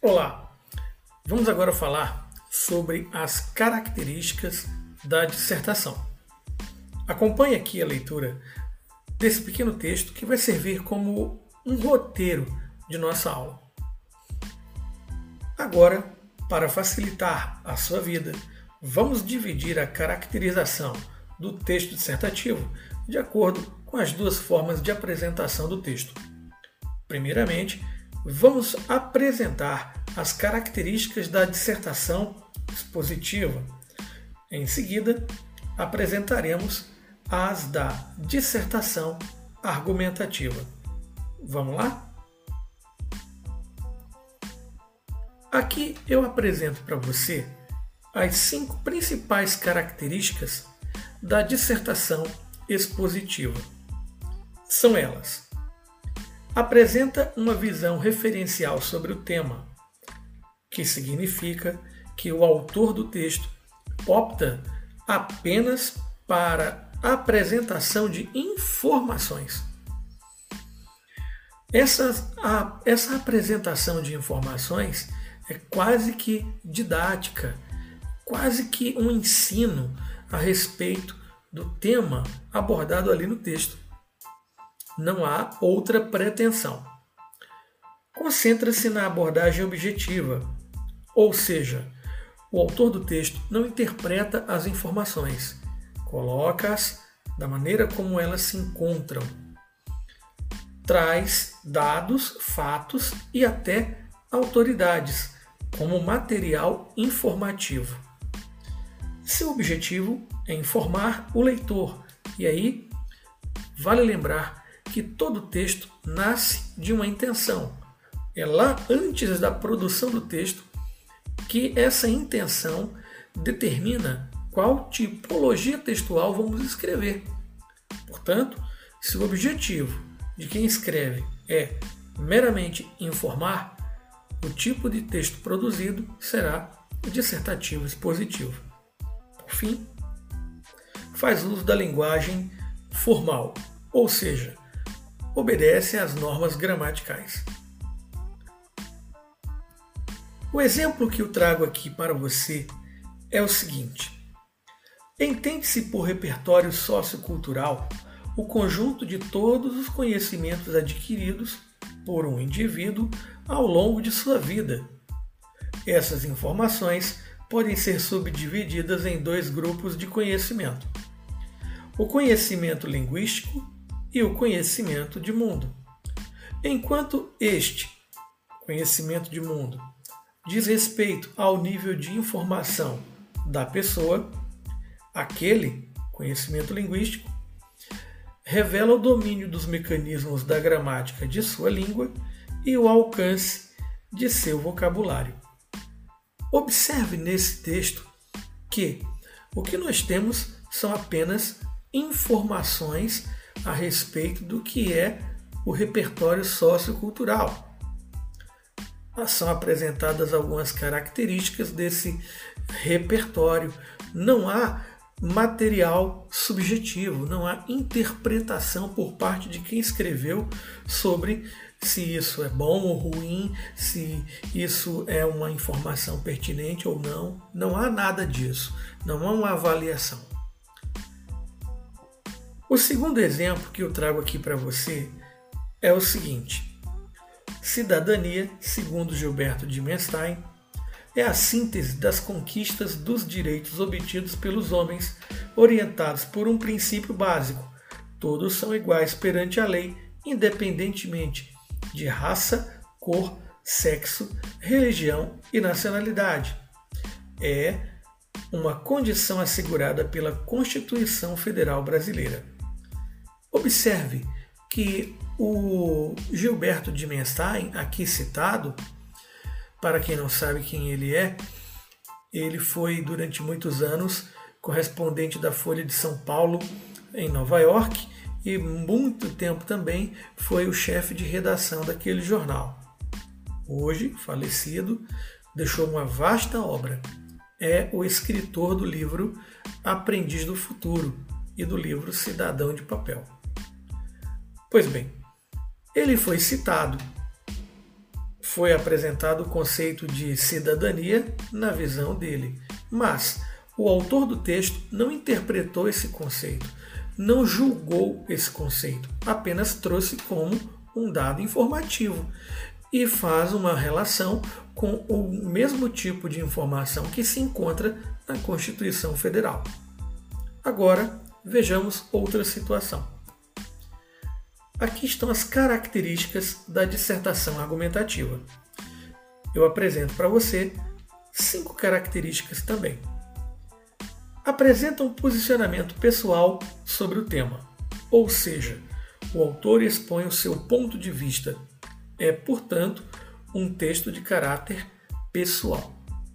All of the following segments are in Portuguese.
Olá, vamos agora falar sobre as características da dissertação. Acompanhe aqui a leitura desse pequeno texto que vai servir como um roteiro de nossa aula. Agora, para facilitar a sua vida, vamos dividir a caracterização do texto dissertativo de acordo com as duas formas de apresentação do texto. Primeiramente, vamos apresentar as características da dissertação expositiva. Em seguida, apresentaremos as da dissertação argumentativa. Vamos lá? Aqui eu apresento para você as 5 principais características da dissertação expositiva. São elas: apresenta uma visão referencial sobre o tema, que significa que o autor do texto opta apenas para a apresentação de informações. Essa apresentação de informações é quase que didática, quase que um ensino a respeito do tema abordado ali no texto. Não há outra pretensão. Concentra-se na abordagem objetiva, ou seja, o autor do texto não interpreta as informações, coloca-as da maneira como elas se encontram. Traz dados, fatos e até autoridades como material informativo. Seu objetivo é informar o leitor, e aí vale lembrar que todo texto nasce de uma intenção. É lá antes da produção do texto que essa intenção determina qual tipologia textual vamos escrever. Portanto, se o objetivo de quem escreve é meramente informar, o tipo de texto produzido será dissertativo expositivo. Por fim, faz uso da linguagem formal, ou seja, obedece às normas gramaticais. O exemplo que eu trago aqui para você é o seguinte: entende-se por repertório sociocultural o conjunto de todos os conhecimentos adquiridos por um indivíduo ao longo de sua vida. Essas informações podem ser subdivididas em 2 grupos de conhecimento: o conhecimento linguístico e o conhecimento de mundo. Enquanto este conhecimento de mundo diz respeito ao nível de informação da pessoa, aquele conhecimento linguístico revela o domínio dos mecanismos da gramática de sua língua e o alcance de seu vocabulário. Observe nesse texto que o que nós temos são apenas informações a respeito do que é o repertório sociocultural. São apresentadas algumas características desse repertório. Não há material subjetivo, não há interpretação por parte de quem escreveu sobre se isso é bom ou ruim, se isso é uma informação pertinente ou não. Não há nada disso, não há uma avaliação. O segundo exemplo que eu trago aqui para você é o seguinte: cidadania, segundo Gilberto de Menstein, é a síntese das conquistas dos direitos obtidos pelos homens, orientados por um princípio básico: todos são iguais perante a lei, independentemente de raça, cor, sexo, religião e nacionalidade. É uma condição assegurada pela Constituição Federal Brasileira. Observe que o Gilberto de Menstein, aqui citado, para quem não sabe quem ele foi durante muitos anos correspondente da Folha de São Paulo em Nova York e muito tempo também foi o chefe de redação daquele jornal. Hoje, falecido, deixou uma vasta obra. É o escritor do livro Aprendiz do Futuro e do livro Cidadão de Papel. Pois bem, ele foi citado foi apresentado o conceito de cidadania na visão dele, mas o autor do texto não interpretou esse conceito, não julgou esse conceito, apenas trouxe como um dado informativo e faz uma relação com o mesmo tipo de informação que se encontra na Constituição Federal. Agora, vejamos outra situação. Aqui estão as características da dissertação argumentativa. Eu apresento para você 5 características também. Apresenta um posicionamento pessoal sobre o tema, ou seja, o autor expõe o seu ponto de vista. É, portanto, um texto de caráter pessoal.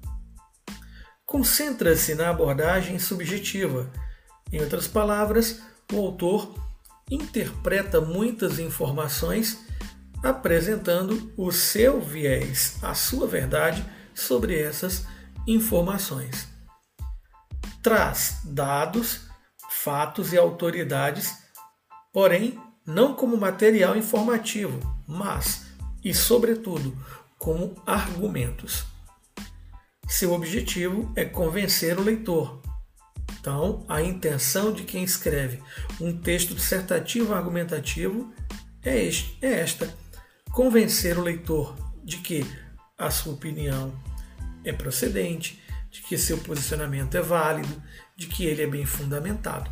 Concentra-se na abordagem subjetiva. Em outras palavras, o autor interpreta muitas informações apresentando o seu viés, a sua verdade sobre essas informações. Traz dados, fatos e autoridades, porém não como material informativo, mas, e sobretudo, como argumentos. Seu objetivo é convencer o leitor. Então, a intenção de quem escreve um texto dissertativo argumentativo é esta: convencer o leitor de que a sua opinião é procedente, de que seu posicionamento é válido, de que ele é bem fundamentado.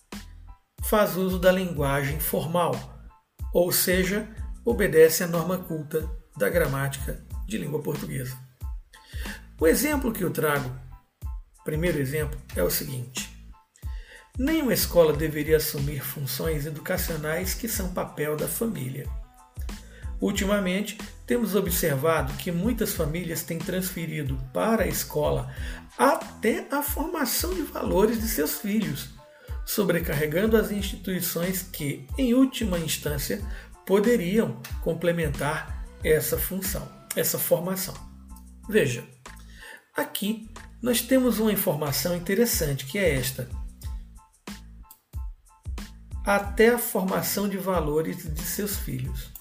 Faz uso da linguagem formal, ou seja, obedece à norma culta da gramática de língua portuguesa. O exemplo que eu trago, primeiro exemplo, é o seguinte: nenhuma escola deveria assumir funções educacionais que são papel da família. Ultimamente, temos observado que muitas famílias têm transferido para a escola até a formação de valores de seus filhos, sobrecarregando as instituições que, em última instância, poderiam complementar essa função, essa formação. Veja, aqui nós temos uma informação interessante, que é esta: até a formação de valores de seus filhos.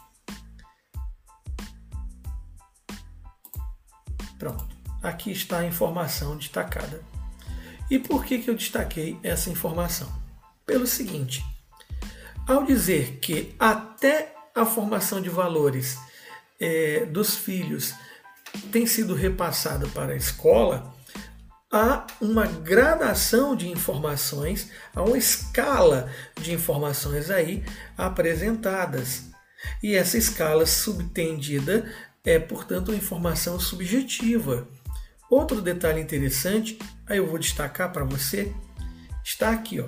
Pronto, aqui está a informação destacada. E por que eu destaquei essa informação? Pelo seguinte: ao dizer que até a formação de valores dos filhos tem sido repassada para a escola, há uma gradação de informações, há uma escala de informações aí apresentadas. E essa escala subtendida é, portanto, uma informação subjetiva. Outro detalhe interessante, aí eu vou destacar para você, está aqui, ó.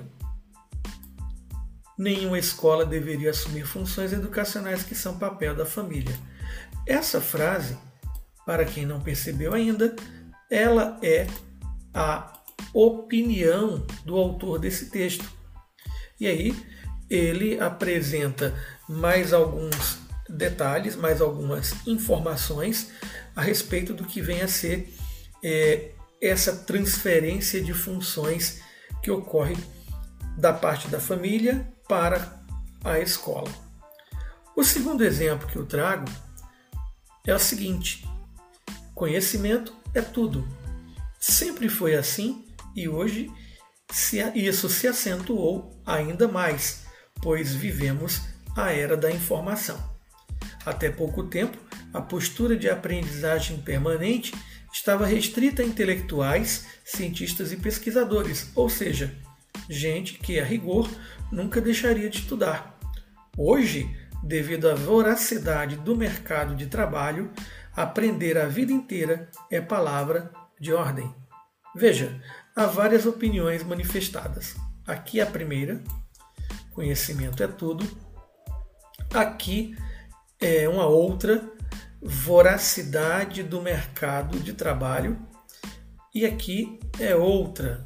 Nenhuma escola deveria assumir funções educacionais que são papel da família. Essa frase, para quem não percebeu ainda, ela é a opinião do autor desse texto. E aí ele apresenta mais alguns detalhes, mais algumas informações a respeito do que vem a ser essa transferência de funções que ocorre da parte da família para a escola. O segundo exemplo que eu trago é o seguinte: conhecimento é tudo. Sempre foi assim e hoje isso se acentuou ainda mais, pois vivemos a era da informação. Até pouco tempo, a postura de aprendizagem permanente estava restrita a intelectuais, cientistas e pesquisadores, ou seja, gente que, a rigor, nunca deixaria de estudar. Hoje, devido à voracidade do mercado de trabalho, aprender a vida inteira é palavra de ordem. Veja, há várias opiniões manifestadas. Aqui a primeira: conhecimento é tudo. Aqui é uma outra: voracidade do mercado de trabalho. E aqui é outra: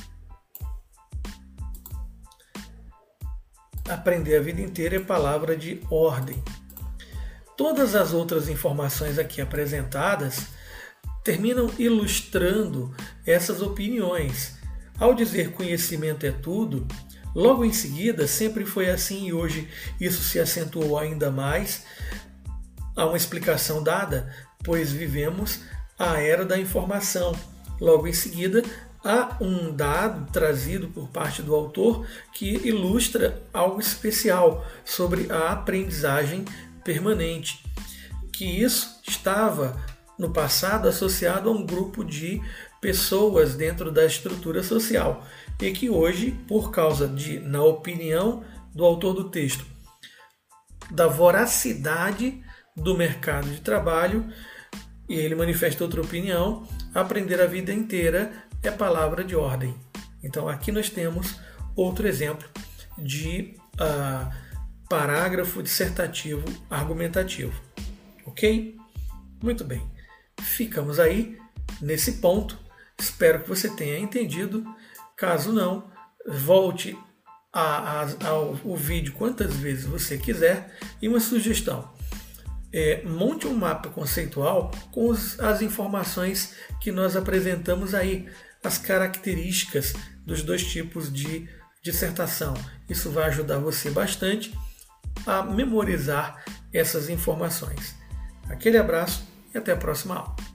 aprender a vida inteira é palavra de ordem. Todas as outras informações aqui apresentadas terminam ilustrando essas opiniões. Ao dizer conhecimento é tudo, logo em seguida, sempre foi assim e hoje isso se acentuou ainda mais, há uma explicação dada, pois vivemos a era da informação. Logo em seguida, há um dado trazido por parte do autor que ilustra algo especial sobre a aprendizagem permanente, que isso estava no passado associado a um grupo de pessoas dentro da estrutura social e que hoje, por causa de, na opinião do autor do texto, da voracidade do mercado de trabalho, e ele manifesta outra opinião, aprender a vida inteira é palavra de ordem. Então aqui nós temos outro exemplo de parágrafo dissertativo argumentativo. Ok? Muito bem. Ficamos aí nesse ponto. Espero que você tenha entendido. Caso não, volte ao vídeo quantas vezes você quiser. E uma sugestão: monte um mapa conceitual com as informações que nós apresentamos aí, as características dos dois tipos de dissertação. Isso vai ajudar você bastante a memorizar essas informações. Aquele abraço e até a próxima aula.